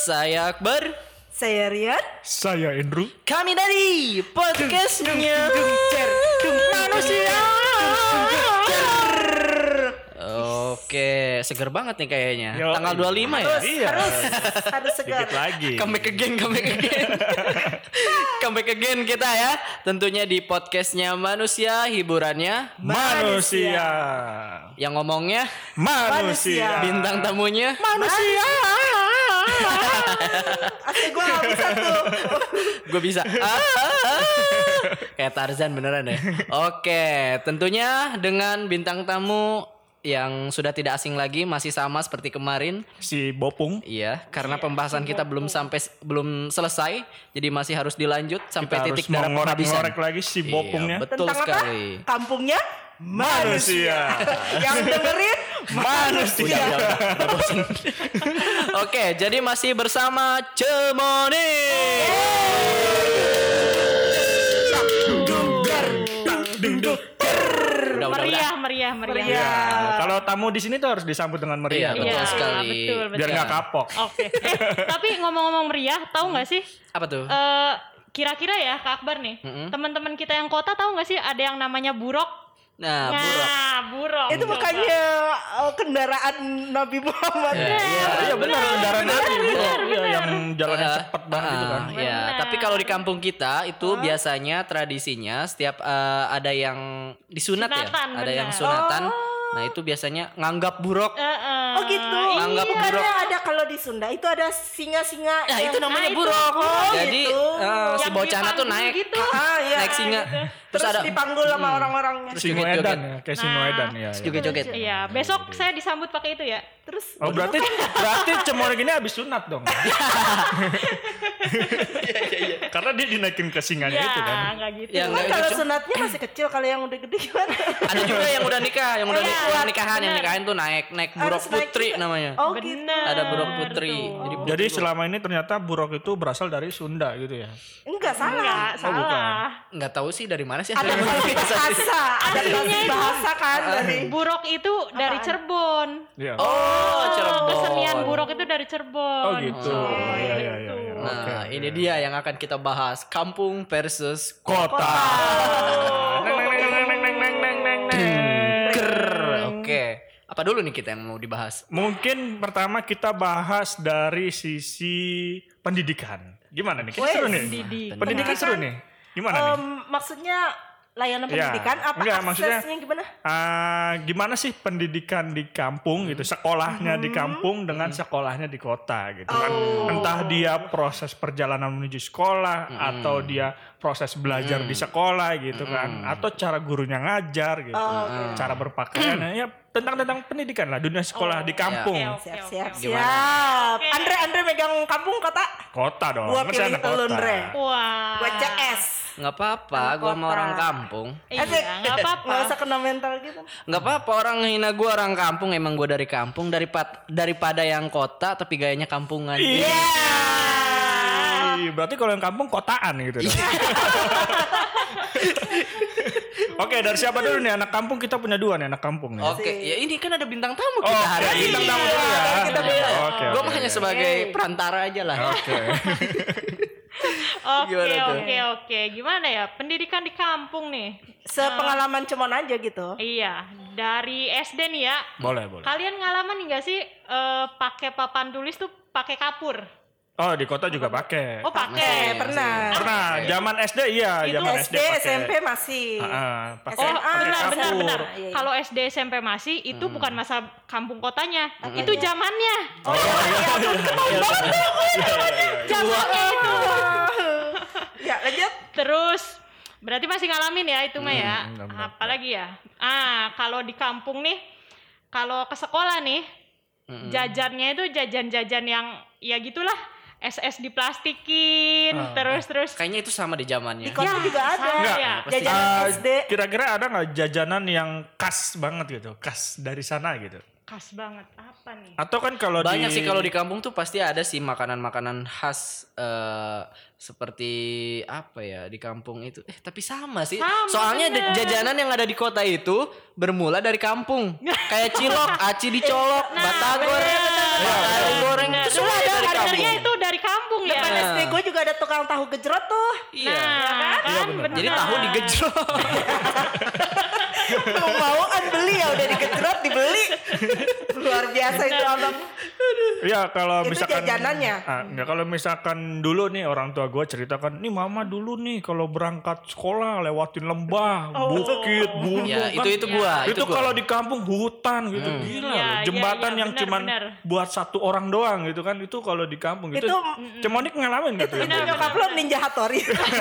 Saya Akbar. Saya Rian. Saya Andrew. Kami dari podcastnya Manusia. Oke, seger banget nih kayaknya. Yo, Tanggal 25 ya? Iya. Harus segar. Dikit lagi. Comeback again. Comeback again kita ya. Tentunya di podcastnya Manusia, hiburannya Manusia. yang ngomongnya Manusia. bintang tamunya Manusia. Asli gue gak bisa tuh. gue bisa. Kayak Tarzan beneran ya. Oke, tentunya dengan bintang tamu yang sudah tidak asing lagi, masih sama seperti kemarin. Si Bopung. Iya, karena pembahasan kita belum selesai, jadi masih harus dilanjut sampai Kita titik harus darah penghabisan. mengorek lagi si Bopungnya. Iya, betul Tentang sekali. apa? Kampungnya Manusia. Yang dengerin Manusia. Udah bosan. Oke, jadi masih bersama Cemoni. Meriah. Ya, kalau tamu di sini tuh harus disambut dengan meriah. Iya, betul sekali. Betul. Biar nggak kapok. Oke. Tapi ngomong-ngomong meriah, tahu nggak sih? Apa tuh? Kira-kira ya Kak Akbar nih, teman-teman kita yang kota tahu nggak sih ada yang namanya buruk? Nah, buruk. Buruk. itu bukannya kendaraan Nabi Muhammad. Iya benar, kendaraan Nabi. benar. Iya, yang jalannya cepat banget itu kan. Iya, tapi kalau di kampung kita itu biasanya tradisinya setiap ada yang disunat ya, Sunatan, ada yang benar. sunatan. Nah, itu biasanya nganggap buruk. Oh gitu. Anggap Bukannya buruk. ada kalau di Sunda itu ada singa-singa. Nah, yang- itu namanya itu. buruk. Oh, Jadi gitu. si Yang bocahnya tuh dipanggul naik. gitu. Iya. Naik singa. Terus ada dipanggul sama orang-orangnya. Terus Singoedan joget-joget. ya, kayak Singoedan ya. Terus joget-joget. Iya, besok saya disambut pakai itu ya. Terus Oh berarti Cemori ini habis sunat dong. Karena dia dinaikin ke singanya itu kan. Nggak gitu. Ya, Cuman enggak, kalau itu sunatnya masih kecil, kalau yang udah gede gimana? Ada juga yang udah nikah, yang udah Iya, yang nikahan, yang benar. nikahin tuh naik buruk Harus naik putri juga. namanya. Oh Bener. gitu. Ada buruk putri. tuh. Jadi selama ini ternyata buruk itu berasal dari Sunda gitu ya. Enggak salah. Nggak salah. Nggak tahu sih dari mana sih Ada asalnya. bahasa, ada bahasa kan dari Buruk itu dari Cirebon. Iya. Oh, Cirebon. Kesenian buruk itu dari Cirebon. Oh gitu. Iya. Nah, Oke. ini dia yang akan kita bahas, kampung versus Kota. Oke. Apa dulu nih kita yang mau dibahas? Mungkin pertama kita bahas dari sisi pendidikan. Gimana nih? Kita Wes, seru nih. Pendidikan seru nih. Gimana nih? Maksudnya layanan Ya, pendidikan apa enggak, maksudnya- aksesnya gimana? Gimana sih pendidikan di kampung gitu, sekolahnya di kampung dengan sekolahnya di kota gitu kan. Entah dia proses perjalanan menuju sekolah atau dia proses belajar di sekolah gitu kan, atau cara gurunya ngajar gitu, cara berpakaian ya tentang pendidikan lah, dunia sekolah di kampung. Oke. Siap. Gimana? Andre megang kampung kota. Kota dong. Gua Masih pilih anak kota. lu, Andre. Wah. Gua CS. Nggak apa-apa, Anak gue sama kota. orang kampung. Iya, nggak apa-apa. Nggak usah kena mental gitu. Nggak apa-apa, orang hina gue orang kampung, emang gue dari kampung, daripada yang kota tapi gayanya kampungan. Iya. Berarti kalau yang kampung kotaan gitu dong. Oke, dari siapa dulu nih anak kampung? Kita punya dua nih anak kampung nih. Oke, ya ini kan ada bintang tamu Oh, kita hari oke, ini. bintang tamu dulu ya. Kita beda. Oke. Gue mah hanya sebagai perantara aja lah. Oke. Gimana tuh? Oke. Gimana ya? Pendidikan di kampung nih. Sepengalaman cemon aja gitu. Iya, dari SD nih ya. Boleh. Kalian ngalamin nggak sih pakai papan tulis tuh pakai kapur? Oh, di kota juga pakai. Oh, pakai. Pernah. Pernah, zaman SD iya, Itu zaman SD, pakai. SMP masih. Pakai Oh, SMA, benar. Iya. Kalau SD SMP masih itu bukan masa kampung kotanya. Itu zamannya. Oh iya. Zamannya itu. Ya lanjut. Terus berarti masih ngalamin ya itu mah ya. benar. Apalagi ya? Kalau di kampung nih, kalau ke sekolah nih, jajannya itu jajan-jajan yang ya gitulah. SS diplastikin, terus. Kayaknya itu sama di zamannya. Di kota juga ada. Enggak. Ya. Jajanan SD. Kira-kira ada nggak jajanan yang khas banget gitu, khas dari sana gitu? Khas banget apa nih? Atau kan kalau Banyak sih kalau di kampung tuh pasti ada sih makanan-makanan khas seperti apa ya di kampung itu. Tapi sama sih. Sama, Soalnya bener. jajanan yang ada di kota itu bermula dari kampung. Kayak cilok, aci dicolok, batagor, batagor goreng itu semua dari kampung. Sebenarnya itu depan SD gue juga ada tukang tahu gejrot tuh. Iya. kan bener. Jadi tahu digejrot. Mau kan beli ya udah digejrot dibeli. Luar biasa itu abang. Iya kalau Itu misalkan jajanannya. Enggak, kalau misalkan dulu nih orang tua gue ceritakan, nih mama dulu nih kalau berangkat sekolah lewatin lembah, bukit, gunung. Ya, kan. itu gua. Itu kalau di kampung hutan gitu, gila Iya, loh. Jembatan iya, yang benar, cuman benar. buat satu orang doang gitu kan. Itu kalau di kampung gitu. Itu Cemonik ngalamin gitu. itu nyokap lo Ninja Hattori.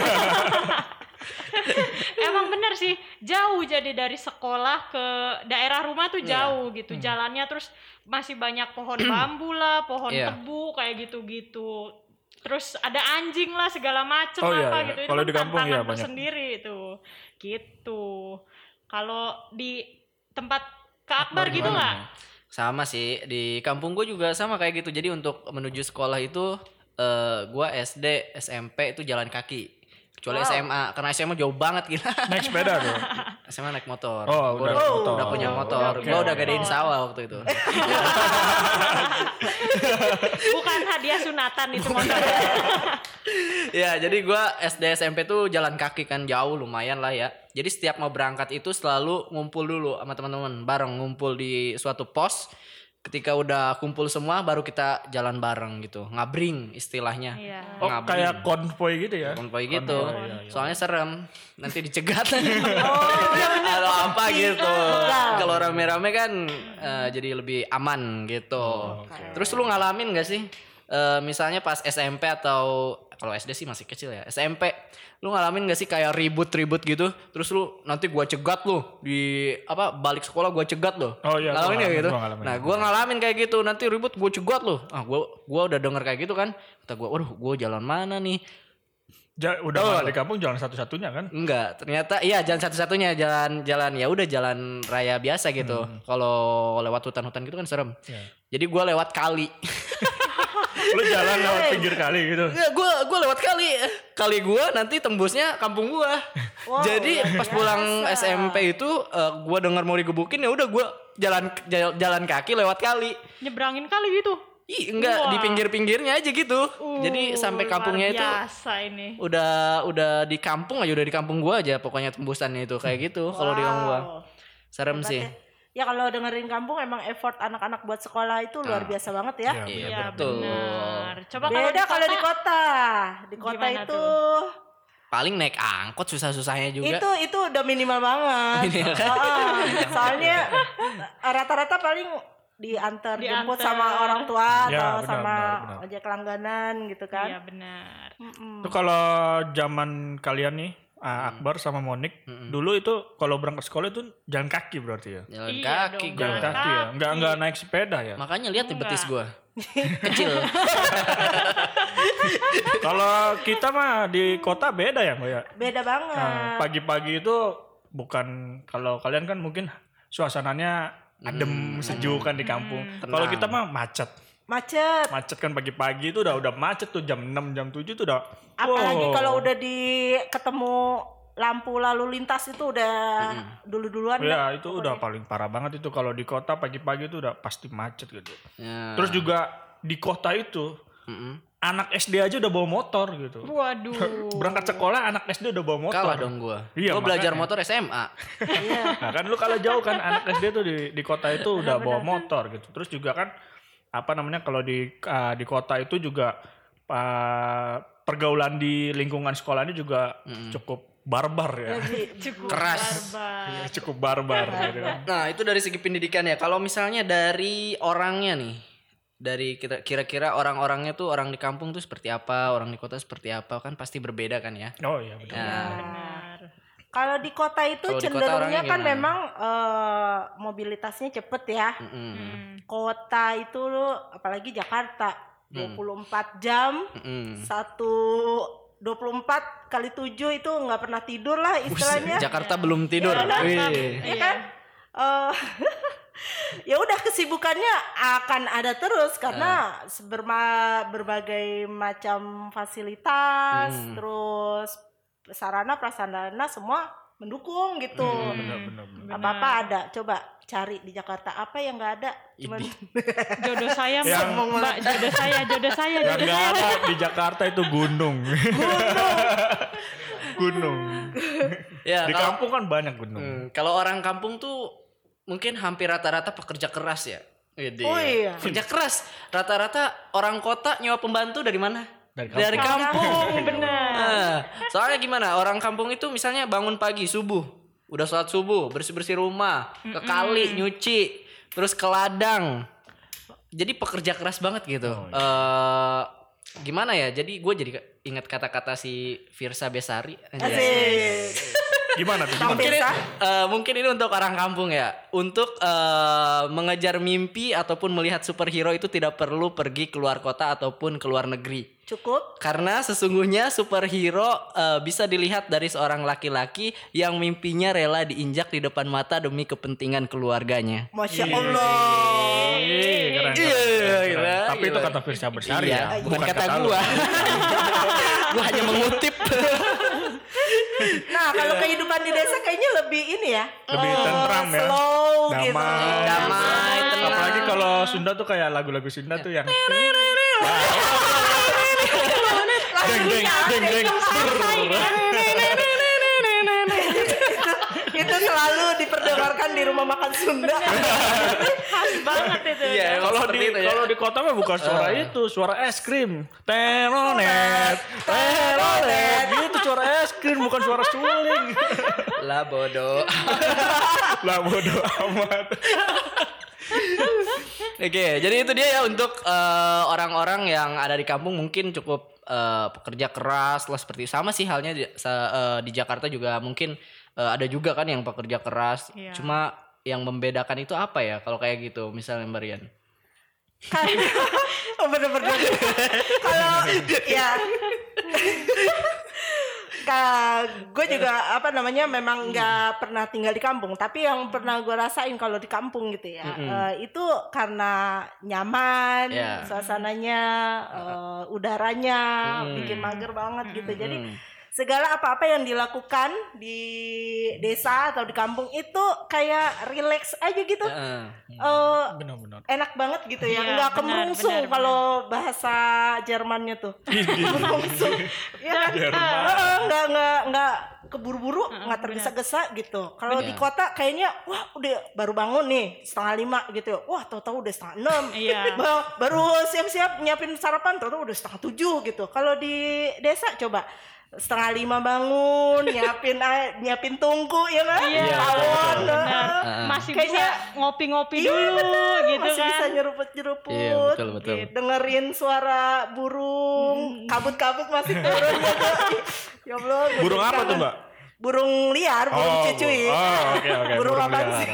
Emang bener sih, jauh jadi dari sekolah ke daerah rumah tuh jauh gitu. Jalannya terus masih banyak pohon bambu lah, pohon tebu kayak gitu-gitu. Terus ada anjing lah segala macem Oh, iya, apa iya. gitu. Itu Kalau kan di kampung, tantangan iya, banyak. tersendiri itu. Gitu. Kalau di tempat Kak Akbar gitu nggak? Sama sih, di kampung gue juga sama kayak gitu. Jadi untuk menuju sekolah itu gue SD, SMP itu jalan kaki. Kecuali SMA, karena SMA jauh banget gila. Naik sepeda tuh. SMA naik motor. Oh, Gua udah motor. udah punya motor. Oke, Gue udah oke. gadein sawah waktu itu. Bukan hadiah sunatan itu motor. Ya, jadi gue SD SMP tuh jalan kaki kan jauh lumayan lah ya. Jadi setiap mau berangkat itu selalu ngumpul dulu sama teman-teman, bareng ngumpul di suatu pos. Ketika udah kumpul semua baru kita jalan bareng gitu. Ngabring istilahnya. Iya. Oh, Ngabring. kayak konvoy gitu ya. Konvoy gitu. iya, iya. Soalnya serem. Nanti dicegat atau apa gitu. Kalau rame-rame kan jadi lebih aman gitu. Terus lu ngalamin gak sih? Misalnya pas SMP atau kalau SD sih masih kecil ya. SMP lu ngalamin gak sih kayak ribut-ribut gitu? Terus lu nanti gua cegat lu di balik sekolah gua cegat lu. Oh iya, Ngalamin kayak gitu. gua ngalamin. Nah, gua ngalamin kayak gitu. Nanti ribut gua cegat lu. Gua udah denger kayak gitu kan. Kata gua, "Waduh, gua jalan mana nih?" Udah malah di kampung jalan satu-satunya kan? Enggak, ternyata iya jalan satu-satunya jalan ya udah jalan raya biasa gitu. Kalau lewat hutan-hutan gitu kan serem. Iya. Jadi gua lewat kali. Lu jalan lewat pinggir kali gitu. Enggak, gua lewat kali. Kali gua nanti tembusnya kampung gua. Wow, Jadi luar pas pulang biasa. SMP itu gua dengar mau digebukin ya udah gua jalan kaki lewat kali. Nyebrangin kali gitu. Ih, enggak Wah. di pinggir-pinggirnya aja gitu. Jadi sampai kampungnya itu biasa ini. udah di kampung aja, udah di kampung gua aja pokoknya tembusannya itu kayak gitu kalau di kampung gua. Serem Hebat sih. Ya kalau dengerin kampung emang effort anak-anak buat sekolah itu luar biasa banget ya. Iya, Iya betul. benar. Coba Beda kalau di kota. Di kota Gimana itu Paling naik angkot susah-susahnya juga. itu udah minimal banget. Soalnya rata-rata paling diantar jemput Diantar. sama orang tua Ya, atau benar, sama benar. ojek langganan gitu kan. Iya benar. Itu kalau zaman kalian nih, Akbar sama Monik, dulu itu kalau berangkat sekolah itu jalan kaki berarti ya? Jalan Iya kaki dong, gua. Jalan kaki ya? Enggak naik sepeda ya? Makanya lihat di Enggak. betis gua. Kecil. Kalau kita mah di kota beda ya Mbak ya? Beda banget. Nah, pagi-pagi itu bukan, kalau kalian kan mungkin suasananya adem, sejuk kan di kampung. Kalau Tenang. kita mah macet. Macet. Macet kan pagi-pagi itu udah macet tuh jam 6, jam 7 tuh udah. Apalagi wow. kalau udah ketemu lampu lalu lintas itu udah dulu-duluan. Ya itu udah paling parah banget itu kalau di kota pagi-pagi itu udah pasti macet gitu. Ya. Terus juga di kota itu anak SD aja udah bawa motor gitu. Waduh. Berangkat sekolah anak SD udah bawa motor. Kalah dong gua. Iya, Gua belajar makanya. motor SMA. Nah kan lu kalau jauh kan anak SD tuh di kota itu udah bawa motor gitu. Terus juga kan kalau di kota itu juga pergaulan di lingkungan sekolahnya juga cukup barbar ya. Cukup Keras. barbar. Iya, cukup barbar gitu kan. Nah, itu dari segi pendidikan ya. Kalau misalnya dari orangnya nih, dari kira-kira orang-orangnya tuh orang di kampung tuh seperti apa, orang di kota seperti apa, kan pasti berbeda kan ya. Oh iya betul. Nah, Benar. Kalau di kota itu Kalau di kota cenderungnya orangnya kan gimana? memang mobilitasnya cepet ya. Kota itu apalagi Jakarta 24 jam satu 24 kali 7 itu nggak pernah tidur lah istilahnya. Jakarta belum tidur. Wih. Ya kan? Ya udah kesibukannya akan ada terus karena berbagai macam fasilitas, terus sarana prasarana semua mendukung gitu. Benar. Apa-apa ada. Coba cari di Jakarta? Apa yang nggak ada? Cuman Jodoh saya Mbak, jodoh saya. Yang nggak ada di Jakarta itu gunung. Gunung. Ya, Di kampung kan banyak gunung. Kalau orang kampung tuh mungkin hampir rata-rata pekerja keras ya. Oh iya. Kerja keras. Rata-rata orang kota nyewa pembantu dari mana? Dari kampung. Benar. Nah, soalnya gimana? Orang kampung itu misalnya bangun pagi subuh, udah sholat subuh, bersih-bersih rumah, ke kali nyuci, terus ke ladang. Jadi pekerja keras banget gitu. Gimana ya? Jadi gue jadi ingat kata-kata si Firsa Besari. Gimana tuh? Mungkin ini untuk orang kampung ya. Untuk mengejar mimpi ataupun melihat superhero itu tidak perlu pergi keluar kota ataupun ke luar negeri. Cukup. Karena sesungguhnya superhero bisa dilihat dari seorang laki-laki yang mimpinya rela diinjak di depan mata demi kepentingan keluarganya. Masya Allah. Keren. Tapi itu kata Firsa Besari ya. Bukan kata gua. Gua hanya mengutip. Nah, kalau kehidupan di desa kayaknya lebih ini ya. Lebih tentram ya. Slow gitu. Damai, tenang. Apalagi kalau Sunda tuh kayak lagu-lagu Sunda tuh yang deng. Itu selalu diperdengarkan di rumah makan Sunda. Khas banget itu. Iya, kalau di kota mah bukan suara itu, suara es krim. Teronet. Gitu suara es krim, bukan suara suling. Lah bodoh amat. Oke, jadi itu dia ya untuk orang-orang yang ada di kampung mungkin cukup pekerja keras lah, seperti sama sih halnya di Jakarta juga mungkin ada juga kan yang pekerja keras. Iya. Cuma yang membedakan itu apa ya kalau kayak gitu misalnya Mbak Rian? Bener-bener. Kalau ya gue juga memang nggak pernah tinggal di kampung, tapi yang pernah gue rasain kalau di kampung gitu ya, itu karena nyaman, suasananya, udaranya bikin mager banget gitu. Jadi segala apa-apa yang dilakukan di desa atau di kampung itu kayak relax aja gitu. Benar-benar. Enak banget gitu ya, Iya, nggak kemerungsung kalau bahasa Jermannya tuh. Kemerungsung. Ya kan? Nggak keburu-buru, nggak tergesa-gesa gitu. Kalau di kota kayaknya wah udah baru bangun nih 5:30 gitu. Wah, tahu-tahu udah 5:30. Iya. Baru siap-siap nyiapin sarapan, tahu-tahu udah 6:30 gitu. Kalau di desa coba 4:30 bangun, nyiapin tungku ya kan? Iya. Masih bisa ngopi-ngopi dulu gitu masih kan. bisa nyeruput-nyeruput. Iya, betul. Gitu. Dengerin suara burung, kabut-kabut masih turun gitu. Ya Allah. Burung apa tuh, Mbak? Burung liar, burung cucuy. Oke. Burung apa sih?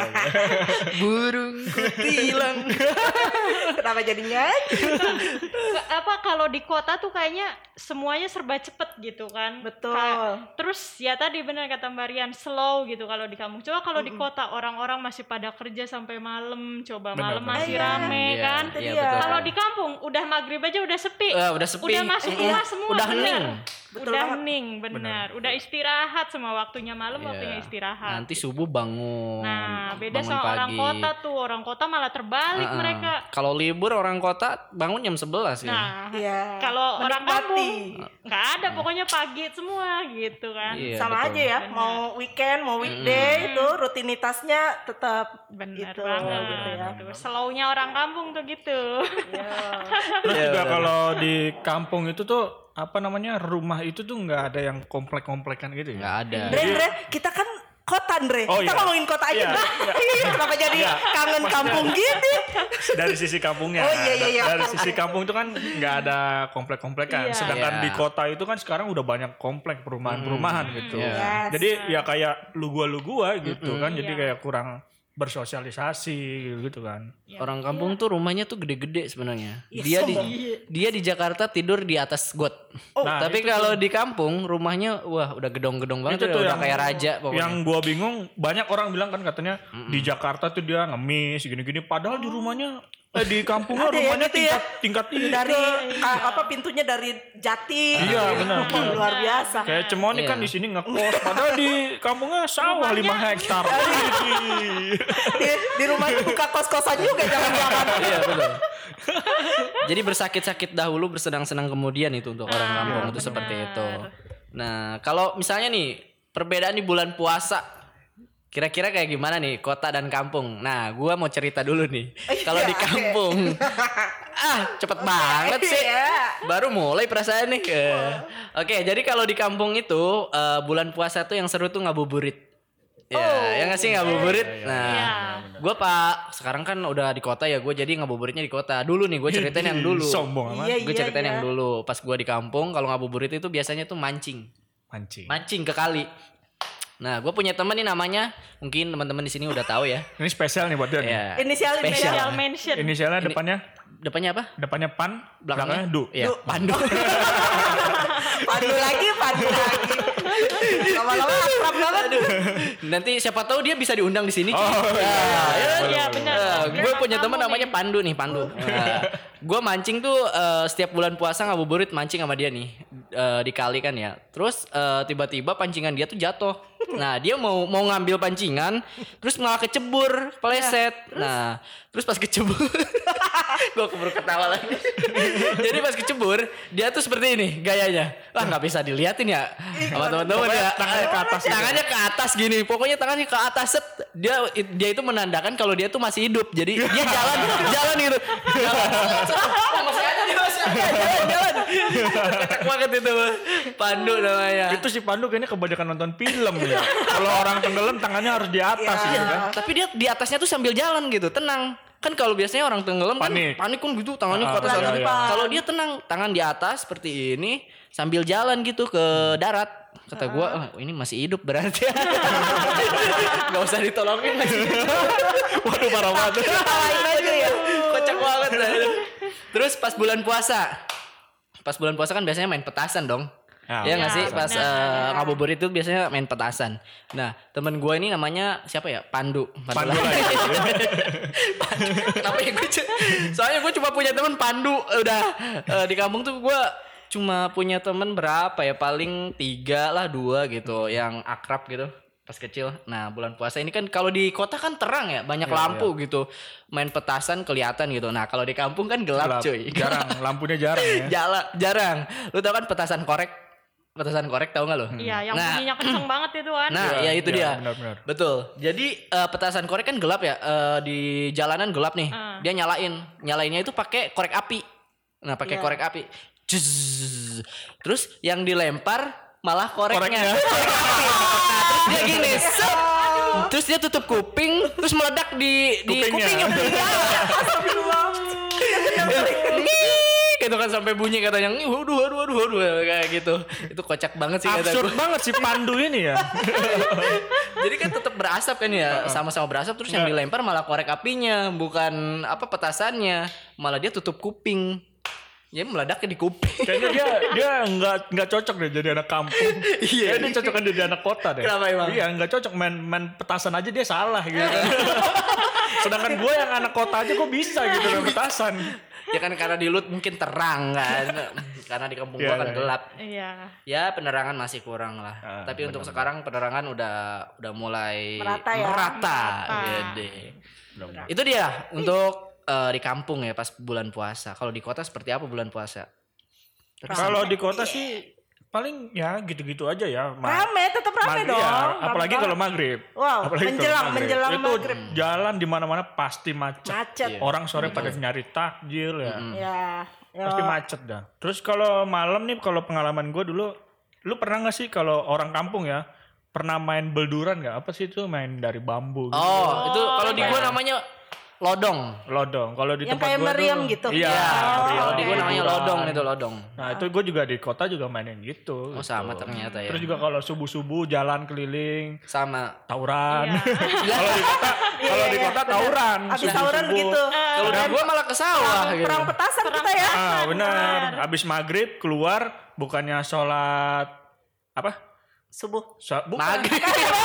Burung kutilang. Kenapa jadi nyanyi? Kalau di kota tuh kayaknya semuanya serba cepet gitu kan. Betul. Terus ya tadi benar kata Mbak Rian, slow gitu kalau di kampung. Coba kalau di kota orang-orang masih pada kerja sampai malam, malam masih rame kan. Iya, Kalau di kampung udah maghrib aja udah sepi. Udah sepi. Udah masuk rumah semua. Udah hening. Udah hening, benar. Udah istirahat semua, waktunya malam, waktunya istirahat. Nanti subuh bangun. Nah, beda bangun sama pagi. orang kota tuh. Orang kota malah terbalik mereka. Kalau libur orang kota bangun jam 11 ya. Nah, Iya. kalau orang Menikmati. kampung nggak ada, pokoknya pagi semua gitu kan. Iya, sama betul. aja ya, mau weekend, mau weekday itu rutinitasnya tetap Bener gitu, banget gitu ya. gitu. Slownya orang kampung tuh gitu. Terus Iya, juga benar. kalau di kampung itu tuh rumah itu tuh nggak ada yang komplek-komplekan gitu ya. Nggak ada. Andre, kita kan kota, Andre. Oh, Kita iya. ngomongin kota aja. Iya, Kenapa jadi kangen kampung gini? Dari sisi kampungnya. Oh, iya. Dari sisi kampung itu kan nggak ada komplek-komplekan. Iya. Sedangkan Iya. di kota itu kan sekarang udah banyak komplek perumahan-perumahan gitu. Yes. Jadi ya kayak lu gua gitu kan. Jadi Iya. kayak kurang bersosialisasi gitu kan. Orang kampung tuh rumahnya tuh gede-gede sebenarnya. Iya, Dia di Jakarta tidur di atas got. Nah, Tapi kalau di kampung rumahnya wah udah gedong-gedong banget, Itu tuh udah yang- kayak raja pokoknya. Yang gua bingung, banyak orang bilang kan katanya di Jakarta tuh dia ngemis gini-gini, padahal di rumahnya Di kampungnya Ada ya rumahnya gitu ya? tingkat Dari pintunya dari jati. Iya, benar. Luar biasa. Kayak Cemoni kan Iya. di sini ngekos, padahal di kampungnya sawah 5 hektar. Di rumahnya buka kos-kosan juga jangan-jangan. Iya betul. Jadi bersakit-sakit dahulu, bersenang-senang kemudian itu untuk orang kampung itu seperti itu. Nah, kalau misalnya nih perbedaan di bulan puasa, kira-kira kayak gimana nih kota dan kampung? Nah, gua mau cerita dulu nih. Kalau di kampung, cepet banget sih. Baru mulai perasaan nih. Oke, jadi kalau di kampung itu bulan puasa tuh yang seru tuh ngabuburit. Ya nggak sih ngabuburit. Nah, gue sekarang kan udah di kota ya, gue jadi ngabuburitnya di kota. Dulu nih gue ceritain yang dulu. Sombong amat. Gue ceritain yang dulu. Pas gue di kampung, kalau ngabuburit itu biasanya tuh mancing ke kali. Nah, gue punya teman nih namanya, mungkin teman-teman di sini udah tahu ya. Ini spesial nih buat dia. Ya, Inisial spesial. mention. Inisialnya Depannya apa? depannya Pan, Belakangnya Du. Iya, Pandu. Pandu lagi. Lama-lama akrab banget. Nanti siapa tahu dia bisa diundang di sini. Iya benar. Gue punya teman namanya Pandu nih, Pandu. Gue mancing tuh setiap bulan puasa ngabuburit mancing sama dia nih di kali kan ya. Terus tiba-tiba pancingan dia tuh jatuh. Nah, dia mau ngambil pancingan, terus malah kecebur, peleset. Nah, terus pas kecebur, gue keburu ketawa lagi. Jadi pas kecebur, dia tuh seperti ini gayanya. Wah, nggak bisa diliatin ya sama teman-teman ya. Tangannya ke atas. Tangannya ke atas gini. Pokoknya tangannya ke atas set. Dia itu menandakan kalau dia tuh masih hidup. Jadi dia jalan gitu. Masih ada dia jalan. Kocak banget itu. Pandu namanya. Itu si Pandu kayaknya kebanyakan nonton film ya. Kalau orang tenggelam tangannya harus di atas gitu kan. Tapi dia di atasnya tuh sambil jalan gitu, tenang. Kan kalau biasanya orang tenggelam Panik. kan panik kan gitu, tangannya ke atas. iya. Kalau dia tenang, tangan di atas seperti ini sambil jalan gitu ke darat. Kata gua, ini masih hidup berarti. Gak usah ditolongin masih hidup. Waduh, parah banget. Tawain aja ya. Kocak banget. Terus pas bulan puasa kan biasanya main petasan dong. Iya nggak sih, pas ngabuburit itu biasanya main petasan. Nah, temen gue ini namanya siapa ya? Pandu Pandu lagi. Kenapa ya gue? Soalnya gue cuma punya temen Pandu. Udah di kampung tuh gue cuma punya temen berapa ya? Paling 3 lah, 2 gitu, yang akrab gitu pas kecil. Nah, bulan puasa ini kan kalau di kota kan terang ya, banyak lampu gitu. Main petasan kelihatan gitu. Nah, kalau di kampung kan gelap cuy. Jarang, lampunya jarang ya. Jarang. Lu tau kan petasan korek? Petasan korek tahu nggak lo? Iya, yang bunyinya kenceng banget itu kan. Nah, ya itu dia. Benar. Betul. Jadi petasan korek kan gelap ya. Di jalanan gelap nih. Dia nyalainnya itu pakai korek api. Nah, pakai korek api. Juzz. Terus yang dilempar malah koreknya. Nah, terus dia gini. Terus dia tutup kuping, terus meledak di kupingnya. Gitu kan sampai bunyi katanya, waduh kayak gitu. Itu kocak banget sih. Absurd banget si Pandu ini ya. Jadi kan tetap berasap kan ya, sama-sama berasap, terus yang dilempar malah korek apinya, bukan petasannya, malah dia tutup kuping. Ya meledaknya di kuping. Kayaknya dia nggak cocok deh jadi anak kampung. Iya, dia cocok kan jadi anak kota deh. Kenapa emang? Iya, nggak cocok main petasan aja dia salah gitu kan. Sedangkan gue yang anak kota aja gue bisa gitu main petasan. Ya kan karena di Lut mungkin terang kan. Karena di kampung gua kan gelap. Iya. Ya penerangan masih kurang lah. Tapi untuk sekarang penerangan udah mulai merata. Gede. Itu dia untuk di kampung ya pas bulan puasa. Kalau di kota seperti apa bulan puasa? Kalau di kota sih paling ya gitu-gitu aja ya. Tetap rame dong. Ya, apalagi kalau maghrib. Wow, menjelang itu maghrib. jalan di mana-mana pasti macet. Macet. Orang sore pada nyari takjil ya. Ya. Pasti macet dah. Terus kalau malam nih, kalau pengalaman gue dulu, lu pernah nggak sih kalau orang kampung ya pernah main belduran nggak? Apa sih itu main dari bambu? Gitu. Oh, itu kalau di gua namanya lodong. Kalau di yang tempat kayak gue meriam tuh, gitu. Iya. Kalau di gua namanya lodong. Nah itu gue juga di kota juga mainin gitu. Oh sama ternyata ya. Terus juga kalau subuh jalan keliling sama tauran. Kalau di kota tauran. Habis tauran begitu. Kalau di gua malah ke sawah gitu. Perang petasan kita ya. Benar. Habis maghrib keluar bukannya sholat apa? Subuh. Maghrib.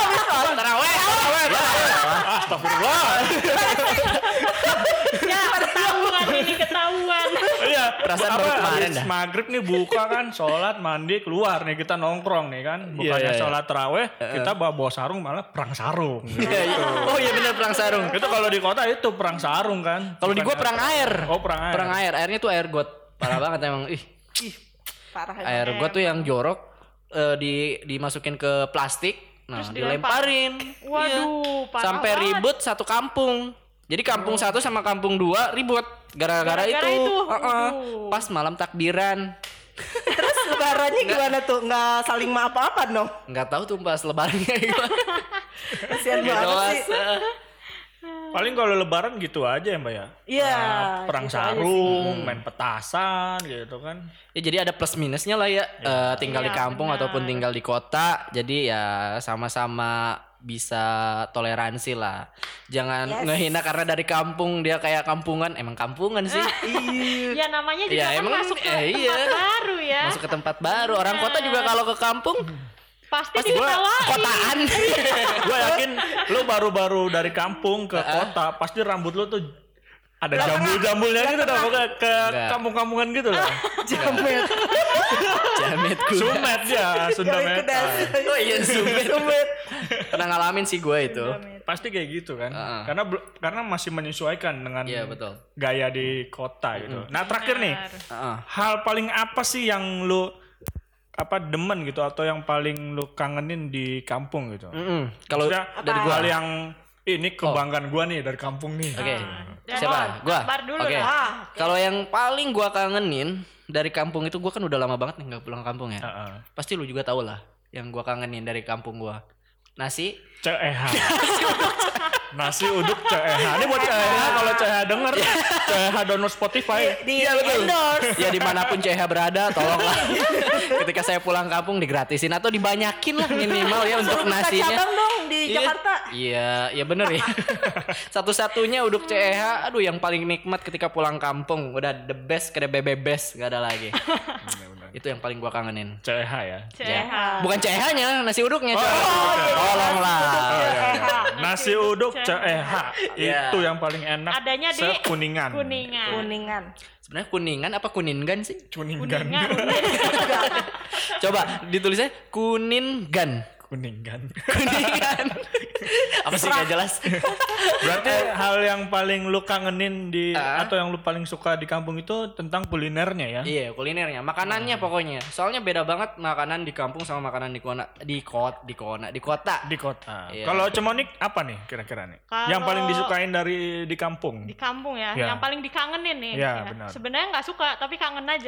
Tarawih. Astagfirullah. Ya, ini ketahuan. Iya, Perasaan baru kemarin habis dah. maghrib nih buka kan, sholat, mandi, keluar nih kita nongkrong nih kan. Bukannya Iya. sholat taraweh, kita bawa sarung malah perang sarung. Gitu. Iya, iya. Oh iya benar perang sarung. Itu kalau di kota itu perang sarung kan. Kalau di gua perang air. Oh, perang air. Perang air. Airnya tuh air got. Parah banget emang. Parah. Air got tuh yang jorok dimasukin ke plastik. Nah, Terus dilemparin. Waduh, Iya. parah Sampai banget. ribut satu kampung. Jadi kampung 1 sama kampung 2 ribut gara-gara Gara-gara itu. itu. Heeh. Waduh. Pas malam takbiran. Terus lebarannya gimana tuh? Nggak saling maaf-maafan dong? Nggak tahu tuh pas lebarannya gimana. Kasian Nggak banget jelas. sih. Paling kalau lebaran gitu aja ya Mbak ya. Iya. Perang gitu aja sarung, main petasan gitu kan. Ya jadi ada plus minusnya lah ya. Tinggal di Iya, kampung benar. ataupun tinggal di kota. Jadi ya sama-sama bisa toleransi lah. Jangan Yes. ngehina karena dari kampung dia kayak kampungan. Emang kampungan sih. Ya namanya juga Ya, kan emang masuk ke iya. tempat baru ya. Masuk ke tempat baru. Orang kota juga kalau ke kampung Pasti pasti diketawain. kotaan. Gue yakin lu baru-baru dari kampung ke kota, pasti rambut lu tuh ada jambul-jambulnya gitu dah, pokoknya ke Enggak. kampung-kampungan gitu lah. Jamet. Jamet gue. Sumet ya, Sunda Jamet Meta. kedas. Oh iya sumet. Pernah ngalamin sih gue itu. Pasti kayak gitu kan. Heeh. Karena masih menyesuaikan dengan Iya betul. gaya di kota gitu. Nah, terakhir nih, Heeh. hal paling apa sih yang lu demen gitu atau yang paling lu kangenin di kampung gitu? Kalau Maksudnya, dari gue. hal yang ini kebanggaan gua nih dari kampung nih. Oke. Dan Siapa? Gua. Akbar dulu Oke. lah. Kalau yang paling gua kangenin dari kampung itu gua kan udah lama banget nih nggak pulang kampung ya. Heeh. Pasti lu juga tahu lah yang gua kangenin dari kampung gua. Nasi. CEH. Nasi uduk CEH. Ini buat CEH kalau CEH denger, CEH download Spotify. Di endorse. Ya dimanapun CH berada, tolonglah. Ketika saya pulang kampung digratisin atau dibanyakin lah minimal ya untuk Buka nasinya. cabang dong di Iya. Jakarta. Iya, iya bener ya. Satu-satunya uduk CEH, aduh yang paling nikmat ketika pulang kampung. Udah the best, kada bebe best, gak ada lagi. Itu yang paling gua kangenin. CEH ya. CH. Bukan CEH-nya, nasi uduknya. coy. iya. Tolonglah. Nasi uduk CEH Iya. itu yang paling enak. Adanya di Kuningan. Kuningan. Kuningan. Sebenarnya kuningan apa kuningan sih? Kuningan. Coba ditulisnya kuningan. Kuningan. Kuningan. Apa sih gak jelas? Berarti hal yang paling lu kangenin atau yang lu paling suka di kampung itu tentang kulinernya ya? Iya, kulinernya, makanannya pokoknya. Soalnya beda banget makanan di kampung sama makanan di kota. Di kota. Iya. Kalau Cemonik apa nih kira-kira nih? Kalau- Yang paling disukain dari di kampung? Di kampung ya, Ya. yang paling dikangenin nih. Ya, ya. benar. Sebenarnya nggak suka, tapi kangen aja.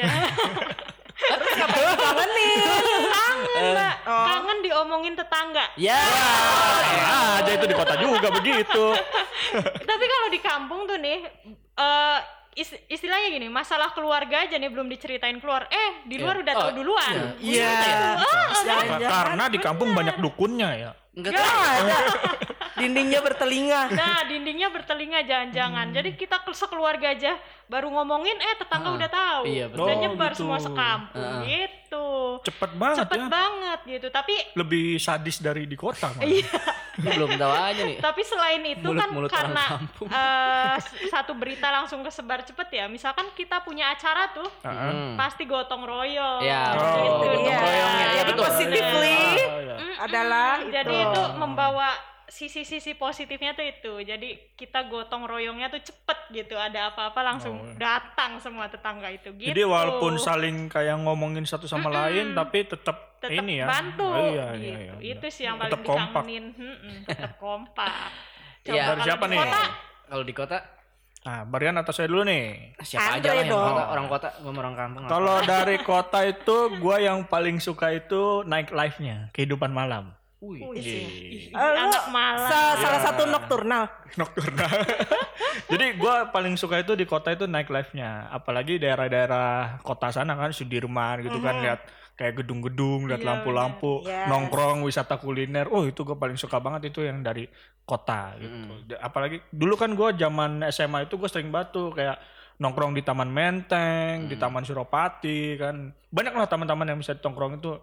Kangen nih. Kangen, Mbak. Kangen diomongin tetangga. Ya. Aja itu di kota juga begitu. Tapi kalau di kampung tuh nih, istilahnya gini, masalah keluarga aja nih belum diceritain keluar. Di luar udah tahu duluan. Iya. Karena di kampung banyak dukunnya ya. Enggak Gak tahu. ada. Dindingnya bertelinga. Nah, dindingnya bertelinga jangan-jangan. Jadi kita sekeluarga aja baru ngomongin, tetangga udah tahu. Iya, betul. Udah Oh, nyebar gitu. semua sekampung gitu. Cepet banget Cepet ya. banget gitu. Tapi Lebih sadis dari di kota malah. Belum tahu aja nih. Tapi selain itu kan Mulut-mulut karena orang kampung. satu berita langsung kesebar cepet ya. Misalkan kita punya acara tuh, pasti gotong royong. Ya, Oh, betul. Gotong iya. royongnya. Iya Jadi betul. positively Oh, iya. adalah Jadi itu. itu membawa sisi-sisi positifnya tuh itu. Jadi kita gotong royongnya tuh cepet gitu. Ada apa-apa langsung datang semua tetangga itu gitu. Jadi walaupun saling kayak ngomongin satu sama lain tapi tetap tetap ini ya. bantu Oh, iya, gitu. iya, iya. Itu sih yang paling Tetap kompak. dikangenin. Tetap kompak. Iya. Coba Dari kalau siapa di nih? kota, Kalau di kota Nah, Barian atau saya dulu nih. siapa aja Andre lah yang dong. orang kota, gua mau orang kampung. Kalau dari kota itu gua yang paling suka itu night life-nya, kehidupan malam. Wih. Lu anak malam. salah satu nokturnal. Nocturnal. Jadi gua paling suka itu di kota itu night life-nya. Apalagi daerah-daerah kota sana kan Sudirman gitu kan, lihat kayak gedung-gedung, lihat Iya, lampu-lampu, bener. Yes. nongkrong, wisata kuliner. Oh, itu gua paling suka banget itu yang dari kota gitu. Apalagi dulu kan gua zaman SMA itu gua sering batu kayak nongkrong di Taman Menteng, di Taman Suropati kan. Banyak lah taman-taman yang bisa ditongkrong itu.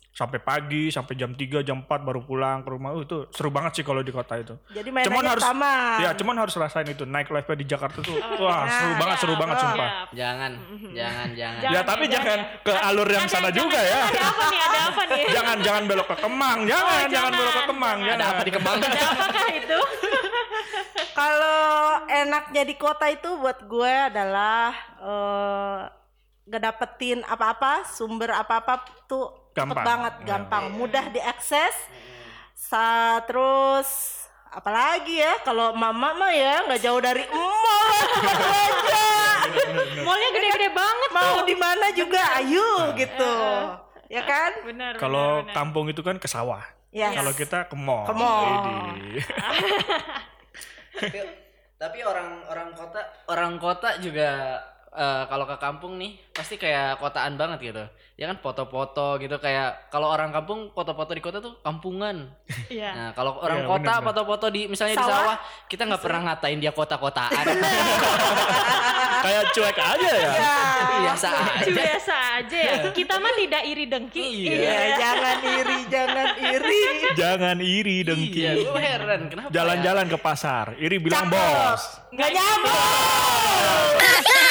sampai pagi, sampai jam 3, jam 4 baru pulang ke rumah. Itu seru banget sih kalau di kota itu. Jadi mainannya sama. Ya, cuman harus rasain itu naik life di Jakarta tuh. Wah, seru banget sumpah. Jangan. Ya, tapi jangan ke alur yang sana juga ya. Ada apa nih? Jangan belok ke Kemang. Jangan belok ke Kemang. Ada apa di Kemang? Ada apakah itu? Kalau enaknya di kota itu buat gue adalah gak dapetin apa-apa, sumber apa-apa tuh cepet banget, gampang, mudah diakses. Terus apalagi ya, kalau mama mah ya nggak jauh dari mall aja. Mallnya gede-gede banget. Mau di mana juga, ayo gitu, ya kan? Benar. Kalau kampung itu kan ke sawah. Yes. Kalau kita ke mall. Tapi orang kota juga kalau ke kampung nih pasti kayak kotaan banget gitu. Ya kan foto-foto gitu, kayak kalau orang kampung foto-foto di kota tuh kampungan. Iya. Nah, kalau orang kota foto-foto di misalnya di sawah, kita nggak pernah ngatain dia kota-kotaan. Kayak cuek aja ya. Biasa aja ya. Kita mah tidak iri dengki. Iya, jangan iri dengki. Iya, gue heran kenapa. Jalan-jalan ke pasar, iri bilang bos. Nggak nyambung.